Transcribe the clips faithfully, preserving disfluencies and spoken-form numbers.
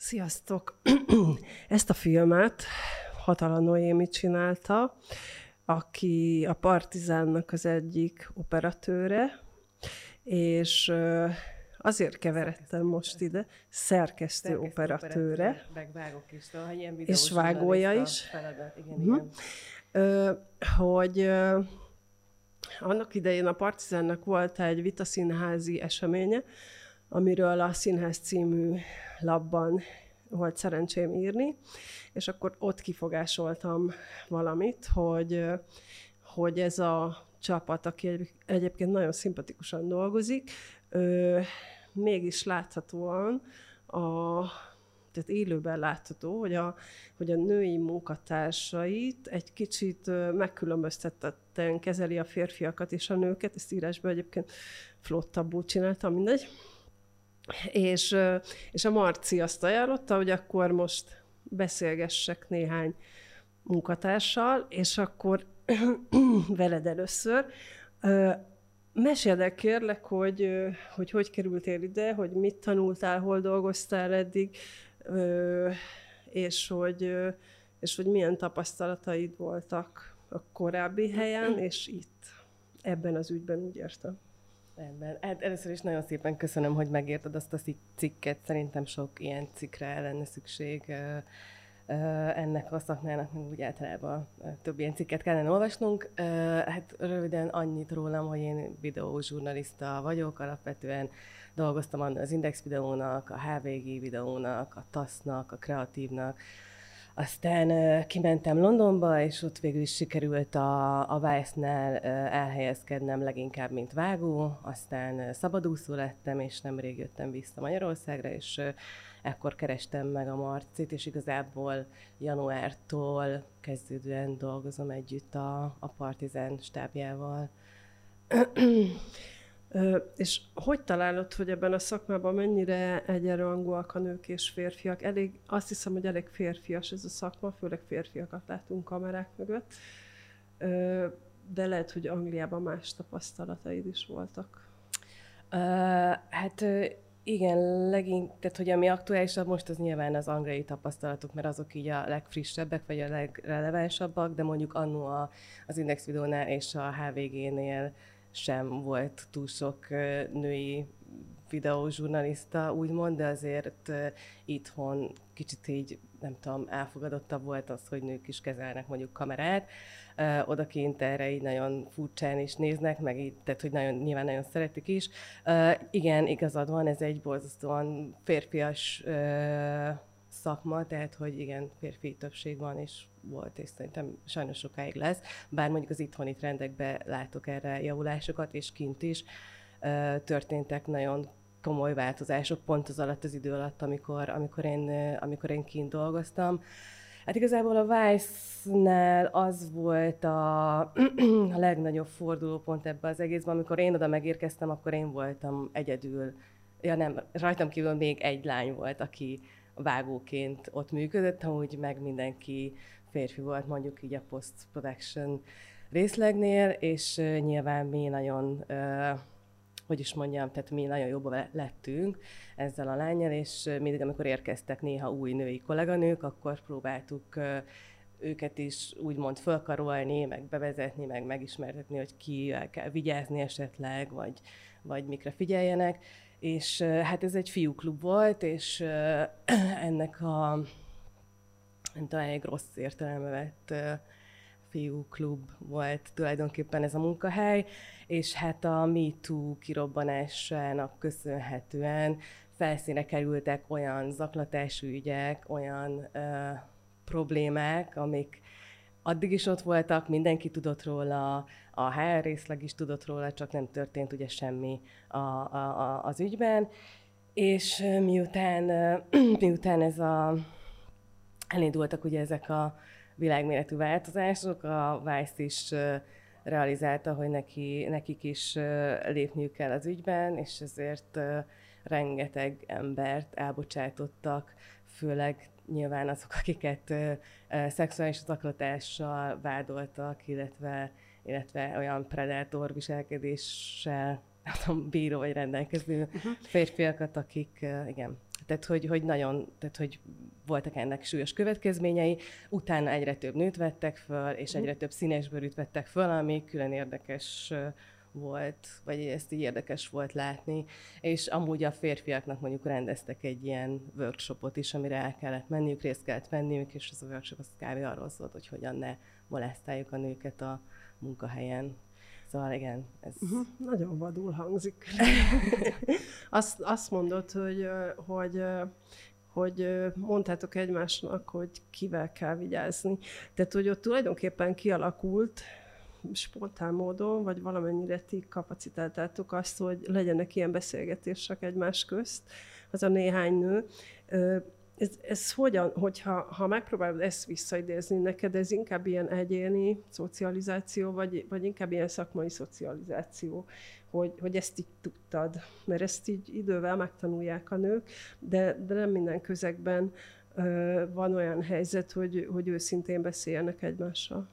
Sziasztok! Ezt a filmet Hatala Noémi csinálta, aki a Partizánnak az egyik operatőre, és azért keveredtem most ide, szerkesztő, szerkesztő operatőre, operatőre meg vágok is, szóval, ilyen és vágója is. Feladat. Igen, uh-huh. igen. Ö, hogy ö, annak idején a Partizánnak volt egy vitaszínházi eseménye, amiről a Színház című lapban volt szerencsém írni, és akkor ott kifogásoltam valamit, hogy, hogy ez a csapat, aki egy, egyébként nagyon szimpatikusan dolgozik, ö, mégis láthatóan, a, tehát élőben látható, hogy a, hogy a női munkatársait egy kicsit megkülönböztetetten kezeli a férfiakat és a nőket, ezt írásban egyébként flottabbul csináltam, mindegy. És, és a Marci azt ajánlotta, hogy akkor most beszélgessek néhány munkatársal, és akkor veled először. Meséld el kérlek, hogy, hogy hogy kerültél ide, hogy mit tanultál, hol dolgoztál eddig, és hogy, és hogy milyen tapasztalataid voltak a korábbi helyen, és itt, ebben az ügyben, úgy értem. Rendben. Hát először is nagyon szépen köszönöm, hogy megérted azt a cikket. Szerintem sok ilyen cikkre lenne szükség ennek a szakmának, meg úgy általában több ilyen cikket kellene olvasnunk. Hát röviden annyit rólam, hogy én videózsurnalista vagyok, alapvetően dolgoztam az Index videónak, a há vé gé videónak, a tasznak, a kreatívnak. Aztán kimentem Londonba, és ott végül is sikerült a, a Vice-nál elhelyezkednem leginkább, mint vágó. Aztán szabadúszó lettem, és nemrég jöttem vissza Magyarországra, és ekkor kerestem meg a Marcit, és igazából januártól kezdődően dolgozom együtt a, a Partizán stábjával. Ö, és hogy találod, hogy ebben a szakmában mennyire egyenrangúak a nők és férfiak? Elég, azt hiszem, hogy elég férfias ez a szakma, főleg férfiakat látunk kamerák mögött, Ö, de lehet, hogy Angliában más tapasztalataid is voltak. Uh, hát igen, legink, tehát hogy ami aktuálisabb most, az nyilván az angliai tapasztalatok, mert azok így a legfrissebbek, vagy a legrelevánsabbak, de mondjuk annó a, az Index videónál és a há vé génél sem volt túl sok női videózsurnalista, úgymond, de azért itthon kicsit így, nem tudom, elfogadottabb volt az, hogy nők is kezelnek mondjuk kamerát. Odakint erre így nagyon furcsán is néznek, meg így, tehát hogy nagyon, nyilván nagyon szeretik is. Igen, igazad van, ez egy borzasztóan férfias szakma, tehát hogy igen, férfi többség van, és volt, és szerintem sajnos sokáig lesz. Bár mondjuk az itthoni trendekben látok erre javulásokat, és kint is uh, történtek nagyon komoly változások pont az alatt, az idő alatt, amikor, amikor, én, amikor én kint dolgoztam. Hát igazából a Vice-nál az volt a, a legnagyobb fordulópont ebbe az egészben, amikor én oda megérkeztem, akkor én voltam egyedül. Ja nem, rajtam kívül még egy lány volt, aki vágóként ott működött, amúgy meg mindenki férfi volt, mondjuk így a post-production részlegnél, és uh, nyilván mi nagyon, uh, hogy is mondjam, tehát mi nagyon jobban lettünk ezzel a lánnyal, és mindig, amikor érkeztek néha új női kolléganők, akkor próbáltuk uh, őket is úgymond fölkarolni, meg bevezetni, meg megismertetni, hogy ki kell vigyázni esetleg, vagy, vagy mikre figyeljenek. És hát ez egy fiúklub volt, és ennek a talán egy rossz értelembe vett fiúklub volt tulajdonképpen ez a munkahely, és hát a MeToo kirobbanásának köszönhetően felszínre kerültek olyan zaklatású ügyek, olyan ö, problémák, amik addig is ott voltak, mindenki tudott róla, a há er részleg is tudott róla, csak nem történt ugye semmi a, a, a, az ügyben. És miután, miután ez a, elindultak ugye ezek a világméretű változások, a Vice is realizálta, hogy neki, nekik is lépniük kell az ügyben, és ezért rengeteg embert elbocsátottak, főleg nyilván azok, akiket uh, uh, szexuális zaklatással vádoltak, illetve, illetve olyan predátor viselkedéssel, nem tudom, bíró vagy rendelkező uh-huh. férfiakat, akik uh, igen, Tehát, hogy, hogy nagyon, tehát, hogy voltak ennek súlyos következményei, utána egyre több nőt vettek föl, és egyre több színesbőrűt vettek föl, ami külön érdekes volt, vagy ezt így érdekes volt látni, és amúgy a férfiaknak mondjuk rendeztek egy ilyen workshopot is, amire el kellett menniük, részt kellett venniük, és az a workshop az kb. Arról szólt, hogy hogyan ne molesztáljuk a nőket a munkahelyen. Szóval igen, ez... Uh-huh. Nagyon vadul hangzik. azt, azt mondod, hogy, hogy, hogy mondtátok egymásnak, hogy kivel kell vigyázni. Tehát, hogy ott tulajdonképpen kialakult spontán módon, vagy valamennyire ti kapacitáltátok azt, hogy legyenek ilyen beszélgetések egymás közt, az a néhány nő. Ez, ez hogyan, hogyha ha megpróbálod ezt visszaidézni, neked ez inkább ilyen egyéni szocializáció, vagy, vagy inkább ilyen szakmai szocializáció, hogy, hogy ezt így tudtad, mert ezt így idővel megtanulják a nők, de, de nem minden közegben uh, van olyan helyzet, hogy, hogy őszintén beszéljenek egymással.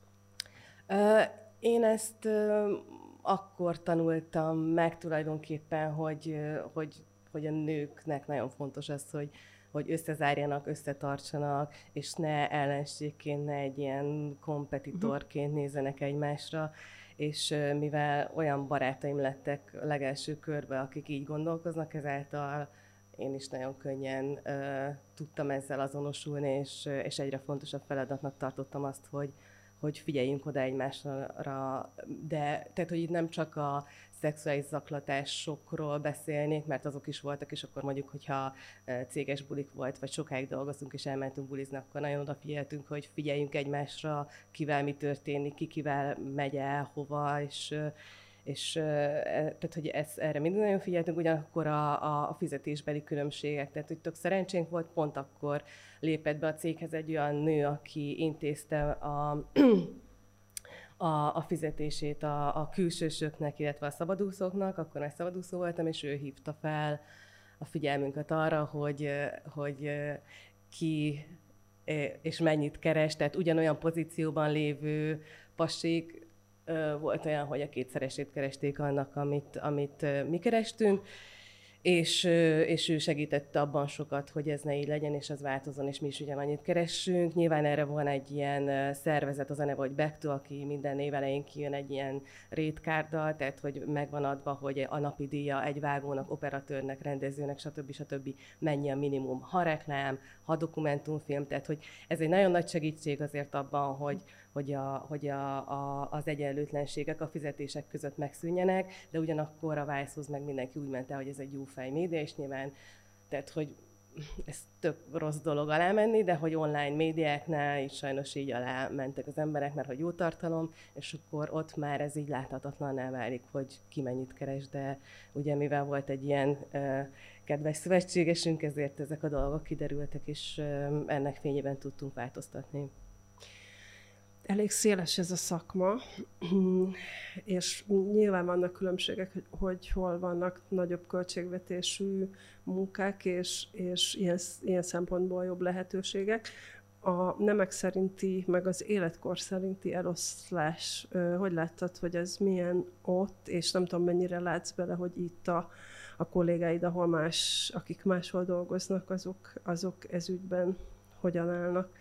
Uh, én ezt uh, akkor tanultam meg tulajdonképpen, hogy, uh, hogy, hogy a nőknek nagyon fontos az, hogy hogy összezárjanak, összetartsanak, és ne ellenségként, ne egy ilyen kompetitorként nézzenek egymásra, és mivel olyan barátaim lettek a legelső körbe, akik így gondolkoznak, ezáltal én is nagyon könnyen uh, tudtam ezzel azonosulni, és, és egyre fontosabb feladatnak tartottam azt, hogy, hogy figyeljünk oda egymásra, de tehát, hogy itt nem csak a szexuális zaklatásokról beszélnék, mert azok is voltak, és akkor mondjuk, hogyha céges bulik volt, vagy sokáig dolgoztunk, és elmentünk bulizni, akkor nagyon odafigyeltünk, hogy figyeljünk egymásra, kivel mi történik, ki kivel megy el, hova, és, és tehát, hogy ez, erre mindig nagyon figyeltünk, ugyanakkor a, a fizetésbeli különbségek, tehát, hogy tök szerencsénk volt, pont akkor lépett be a céghez egy olyan nő, aki intézte a A, a fizetését a, a külsősöknek, illetve a szabadúszóknak, akkor már szabadúszó voltam, és ő hívta fel a figyelmünket arra, hogy, hogy ki és mennyit keres, tehát ugyanolyan pozícióban lévő pasik volt olyan, hogy a kétszeresét keresték annak, amit, amit mi kerestünk, És, és ő segített abban sokat, hogy ez ne így legyen, és az változzon, és mi is ugyanannyit keressünk. Nyilván erre van egy ilyen szervezet, az a neve, hogy Back-to, aki minden év elején kijön egy ilyen rétkárddal, tehát hogy megvan adva, hogy a napi díja egy vágónak, operatőrnek, rendezőnek, stb. stb. Mennyi a minimum, ha reklám, ha dokumentumfilm, tehát hogy ez egy nagyon nagy segítség azért abban, hogy, hogy, a, hogy a, a, az egyenlőtlenségek a fizetések között megszűnjenek, de ugyanakkor a Vice-hoz meg mindenki úgy ment el, hogy ez egy jó fej média, és nyilván, tehát hogy ez tök rossz dolog alá menni, de hogy online médiáknál is sajnos így alá mentek az emberek, mert hogy jó tartalom, és akkor ott már ez így láthatatlanná válik, hogy ki mennyit keres, de ugye mivel volt egy ilyen uh, kedves szövetségesünk, ezért ezek a dolgok kiderültek, és uh, ennek fényében tudtunk változtatni. Elég széles ez a szakma, és nyilván vannak különbségek, hogy, hogy hol vannak nagyobb költségvetésű munkák, és, és ilyen, ilyen szempontból jobb lehetőségek. A nemek szerinti, meg az életkor szerinti eloszlás, hogy láttad, hogy ez milyen ott, és nem tudom, mennyire látsz bele, hogy itt a, a kollégáid, ahol más, akik máshol dolgoznak, azok, azok ezügyben hogyan állnak?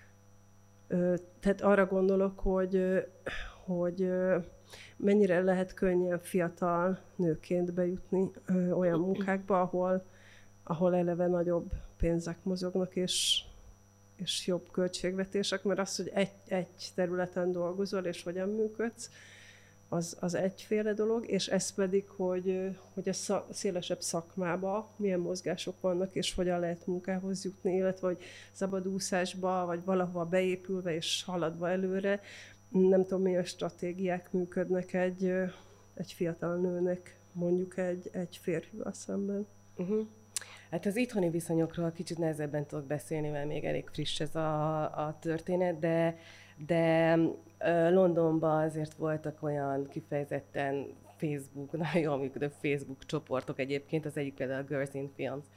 Tehát arra gondolok, hogy, hogy mennyire lehet könnyen fiatal nőként bejutni olyan munkákba, ahol, ahol eleve nagyobb pénzek mozognak, és, és jobb költségvetések, mert az, hogy egy, egy területen dolgozol, és hogyan működsz, az, az egyféle dolog, és ez pedig, hogy, hogy a szak, szélesebb szakmába milyen mozgások vannak, és hogyan lehet munkához jutni, illetve hogy szabadúszásba, vagy valahova beépülve és haladva előre, nem tudom, milyen stratégiák működnek egy, egy fiatal nőnek, mondjuk egy, egy férfival szemben. Uh-huh. Hát az itthoni viszonyokról kicsit nehezebben tudok beszélni, mert még elég friss ez a, a történet, de de Londonban azért voltak olyan kifejezetten Facebook, nagyon jól működő Facebook csoportok egyébként, az egyik például a Girls in Films,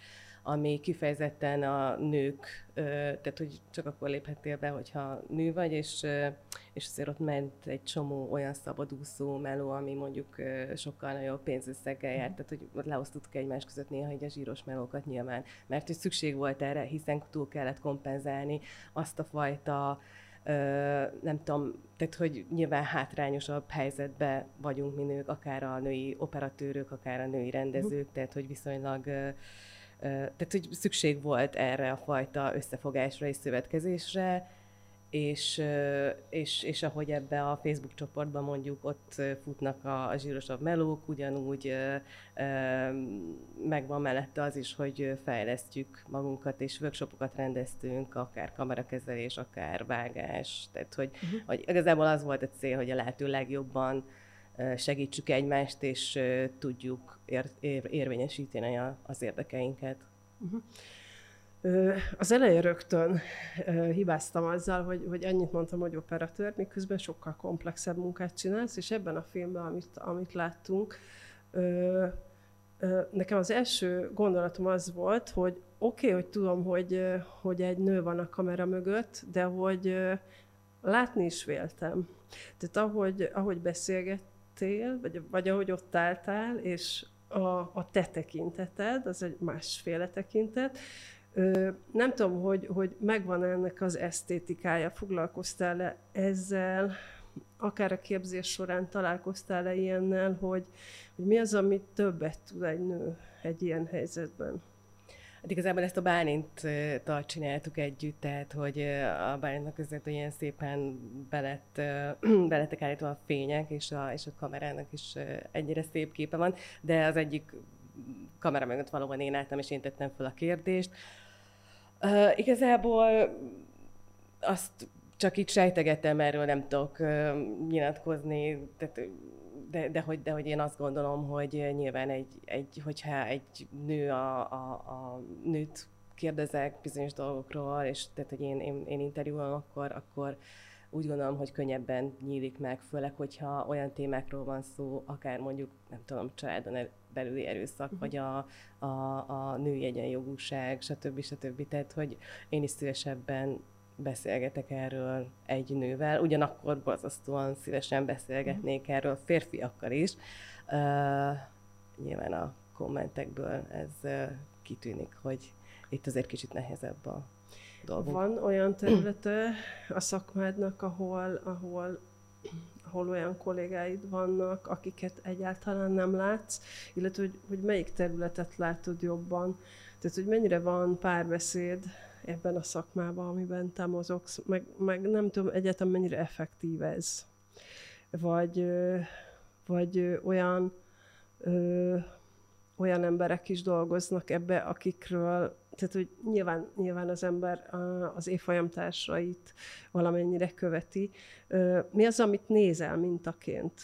ami kifejezetten a nők, tehát hogy csak akkor léphettél be, hogyha nő vagy, és, és azért ott ment egy csomó olyan szabadúszó meló, ami mondjuk sokkal nagyobb pénzösszeggel járt, tehát hogy ott leosztottuk egymás között néha így a zsíros melókat nyilván, mert hogy szükség volt erre, hiszen túl kellett kompenzálni azt a fajta Uh, nem tudom, tehát hogy nyilván hátrányosabb helyzetben vagyunk mi nők, akár a női operatőrök, akár a női rendezők, tehát hogy viszonylag, uh, uh, tehát hogy szükség volt erre a fajta összefogásra és szövetkezésre, és, uh, és, és ahogy ebbe a Facebook csoportban mondjuk ott futnak a, a zsírosabb melók, ugyanúgy uh, uh, megvan mellette az is, hogy fejlesztjük magunkat, és workshopokat rendeztünk, akár kamerakezelés, akár vágás, tehát hogy, uh-huh. hogy igazából az volt a cél, hogy a lehető legjobban uh, segítsük egymást, és uh, tudjuk ér, ér, érvényesíteni a, az érdekeinket. Uh-huh. Az elején rögtön hibáztam azzal, hogy, hogy ennyit mondtam, hogy operatőr, miközben sokkal komplexebb munkát csinálsz, és ebben a filmben, amit, amit láttunk, nekem az első gondolatom az volt, hogy oké, okay, hogy tudom, hogy, hogy egy nő van a kamera mögött, de hogy látni is véltem. Tehát ahogy, ahogy beszélgettél, vagy, vagy ahogy ott álltál, és a, a te tekinteted, az egy másféle tekintet, nem tudom, hogy, hogy megvan ennek az esztétikája, foglalkoztál-e ezzel, akár a képzés során találkoztál-e ilyennel, hogy, hogy mi az, amit többet tud egy nő egy ilyen helyzetben? Hát igazából ezt a Bálinttal csináltuk együtt, tehát hogy a Bálintnak között ilyen szépen belett, belettek állítva a fények, és a, és a kamerának is ennyire szép képe van, de az egyik kamera mögött valóban én álltam, és én tettem fel a kérdést. Uh, igazából azt csak így sejtegettem, erről nem tudok uh, nyilatkozni, tehát, de, de, hogy, de hogy én azt gondolom, hogy nyilván egy, egy, hogyha egy nő a, a, a nőt kérdezek bizonyos dolgokról, és tehát, hogy én, én, én interjúolom, akkor, akkor úgy gondolom, hogy könnyebben nyílik meg, főleg, hogyha olyan témákról van szó, akár mondjuk, nem tudom, családon belüli erőszak, uh-huh. vagy a, a, a női egyenjogúság, stb. stb. Tehát, hogy én is szívesebben beszélgetek erről egy nővel, ugyanakkor borzasztóan szívesen beszélgetnék uh-huh. erről férfiakkal is. Uh, nyilván a kommentekből ez uh, kitűnik, hogy itt azért kicsit nehezebb a dolgunk. Van olyan területe a szakmádnak, ahol, ahol, ahol olyan kollégáid vannak, akiket egyáltalán nem látsz, illetve hogy, hogy melyik területet látod jobban? Tehát, hogy mennyire van párbeszéd ebben a szakmában, amiben te mozogsz, meg, meg nem tudom egyáltalán mennyire effektív ez. Vagy, vagy olyan, ö, olyan emberek is dolgoznak ebbe, akikről, tehát hogy nyilván, nyilván az ember az évfolyamtársait valamennyire követi. Mi az, amit nézel mintaként?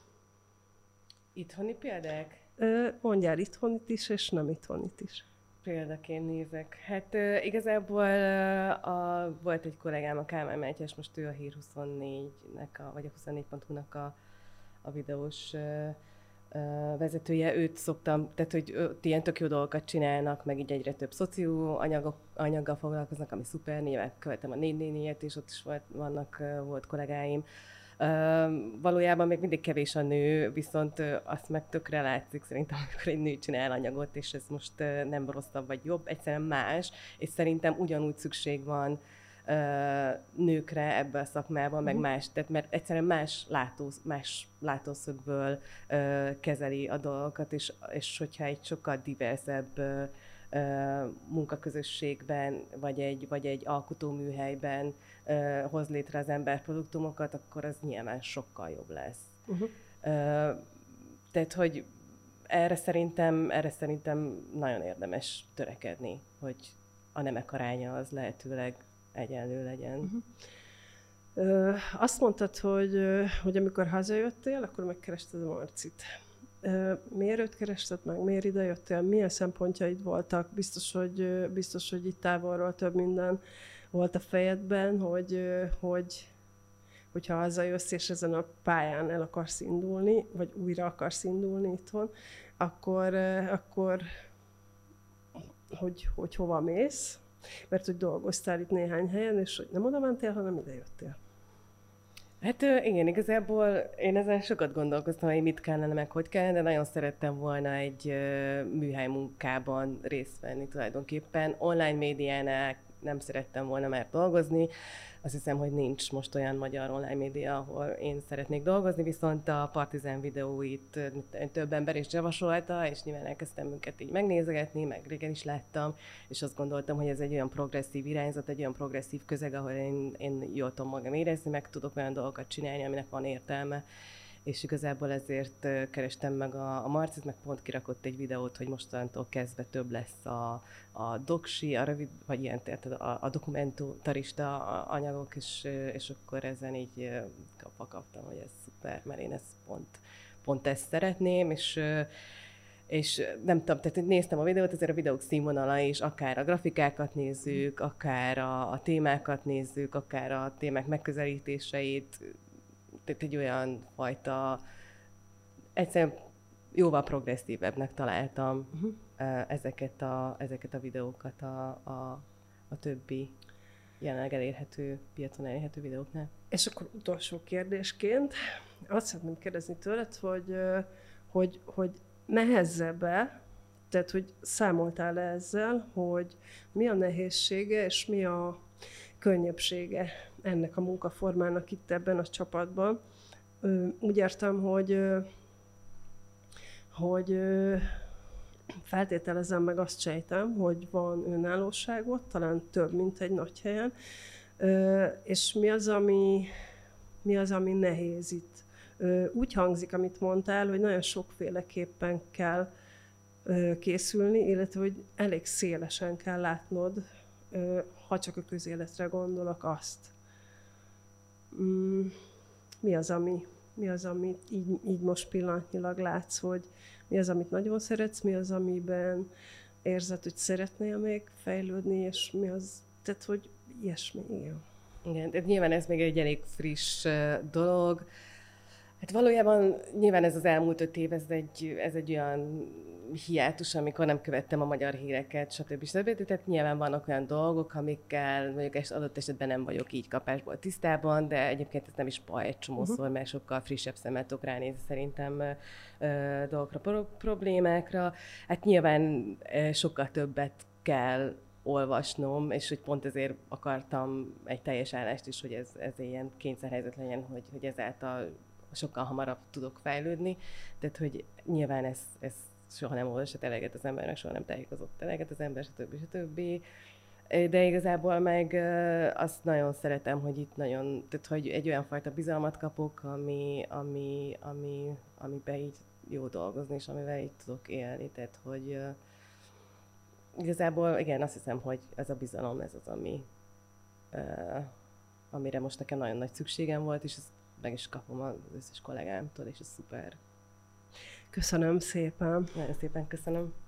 Itthoni példák? Mondjál itthonit is, és nem itthonit is. Példaként nézek. Hát uh, igazából uh, a, volt egy kollégám, a Kálmán Mátyás, most ő a Hír huszonnégynek, a, vagy a huszonnégy pont hu-nak a, a videós uh, uh, vezetője. Őt szoktam, tehát hogy őt ilyen tök jó dolgokat csinálnak, meg így egyre több szoció anyagok, anyaggal foglalkoznak, ami szuper. Nyilván követem a négy négy négyet, és ott is volt, vannak, uh, volt kollégáim. Uh, valójában még mindig kevés a nő, viszont uh, azt meg tökre látszik szerintem, amikor egy nő csinál anyagot, és ez most uh, nem rosszabb vagy jobb, egyszerűen más, és szerintem ugyanúgy szükség van uh, nőkre ebben a szakmában, meg más, tehát mert egyszerűen más, látó, más látószögből uh, kezeli a dolgokat, és, és hogyha egy sokkal diversebb uh, Uh, munkaközösségben, vagy egy, vagy egy alkotóműhelyben uh, hoz létre az ember produktumokat, akkor az nyilván sokkal jobb lesz. Uh-huh. Uh, tehát, hogy erre szerintem, erre szerintem nagyon érdemes törekedni, hogy a nemek aránya az lehetőleg egyenlő legyen. Uh-huh. Uh, azt mondtad, hogy, hogy amikor hazajöttél, akkor megkerested a Marcit. Miért őt kerested meg? Miért ide jöttél? Milyen szempontjaid voltak? Biztos, hogy, biztos, hogy itt távolról több minden volt a fejedben, hogy, hogy, hogyha hazajössz és ezen a pályán el akarsz indulni, vagy újra akarsz indulni itthon, akkor, akkor hogy, hogy hova mész, mert hogy dolgoztál itt néhány helyen, és hogy nem oda mentél, hanem ide jöttél. Hát igen, igazából én ezen sokat gondolkoztam, hogy mit kellene, meg hogy kellene, de nagyon szerettem volna egy műhely munkában részt venni tulajdonképpen. Online médiánál nem szerettem volna már dolgozni. Azt hiszem, hogy nincs most olyan magyar online média, ahol én szeretnék dolgozni, viszont a Partizán videóit több ember is javasolta, és nyilván elkezdtem őket így megnézegetni, meg régen is láttam, és azt gondoltam, hogy ez egy olyan progresszív irányzat, egy olyan progresszív közeg, ahol én, én jól tudom magam érezni, meg tudok olyan dolgokat csinálni, aminek van értelme. És igazából ezért kerestem meg a, a Marcit, meg pont kirakott egy videót, hogy mostantól kezdve több lesz a, a doksi, a rövid, vagy ilyen, tehát a, a dokumentarista anyagok, és, és akkor ezen így kapva kaptam, hogy ez szuper, mert én ezt pont, pont ezt szeretném, és és nem tudom, tehát néztem a videót, ezért a videók színvonala is, akár a grafikákat nézzük, akár a, a témákat nézzük, akár a témák megközelítéseit, tehát egy olyan fajta, egyszerűen jóval progresszívebbnek találtam uh-huh. ezeket, a, ezeket a videókat a, a, a többi jelenleg elérhető, piacon elérhető videóknál. És akkor utolsó kérdésként azt szeretném kérdezni tőled, hogy, hogy, hogy nehezebb-e, tehát hogy számoltál ezzel, hogy mi a nehézsége és mi a könnyebbsége ennek a munkaformának itt ebben a csapatban. Úgy értem, hogy, hogy feltételezem, meg azt sejtem, hogy van önállóságot, talán több, mint egy nagy helyen, és mi az, ami, mi az, ami nehéz itt? Úgy hangzik, amit mondtál, hogy nagyon sokféleképpen kell készülni, illetve hogy elég szélesen kell látnod, ha csak a közéletre gondolok, azt. Mi az, ami, mi az, amit így, így most pillanatnyilag látsz, hogy mi az, amit nagyon szeretsz, mi az, amiben érzed, hogy szeretnél még fejlődni, és mi az, tehát, hogy ilyesmi, igen. Igen, tehát nyilván ez még egy elég friss dolog. Hát valójában nyilván ez az elmúlt öt év, ez egy, ez egy olyan hiátus, amikor nem követtem a magyar híreket, stb. stb. Tehát nyilván vannak olyan dolgok, amikkel mondjuk adott esetben nem vagyok így kapásból tisztában, de egyébként ez nem is baj egy csomószor, uh-huh. mert sokkal frissebb szemmel tudok ránézni szerintem ö, dolgokra, pro- problémákra. Hát nyilván ö, sokkal többet kell olvasnom, és hogy pont ezért akartam egy teljes állást is, hogy ez, ez ilyen kényszerhelyzet legyen, hogy, hogy ezáltal sokkal hamarabb tudok fejlődni. Tehát, hogy nyilván ez, ez soha nem olvasott eleget az ember, meg soha nem tájékozott eleget az ember, stb. stb. De igazából meg azt nagyon szeretem, hogy itt nagyon, tehát, hogy egy olyan fajta bizalmat kapok, ami, ami, ami, amiben így jó dolgozni, és amivel így tudok élni. Tehát, hogy igazából, igen, azt hiszem, hogy ez a bizalom, ez az, ami, amire most nekem nagyon nagy szükségem volt, és ezt meg is kapom az összes kollégámtól, és ez szuper. Köszönöm szépen. Nagyon szépen köszönöm.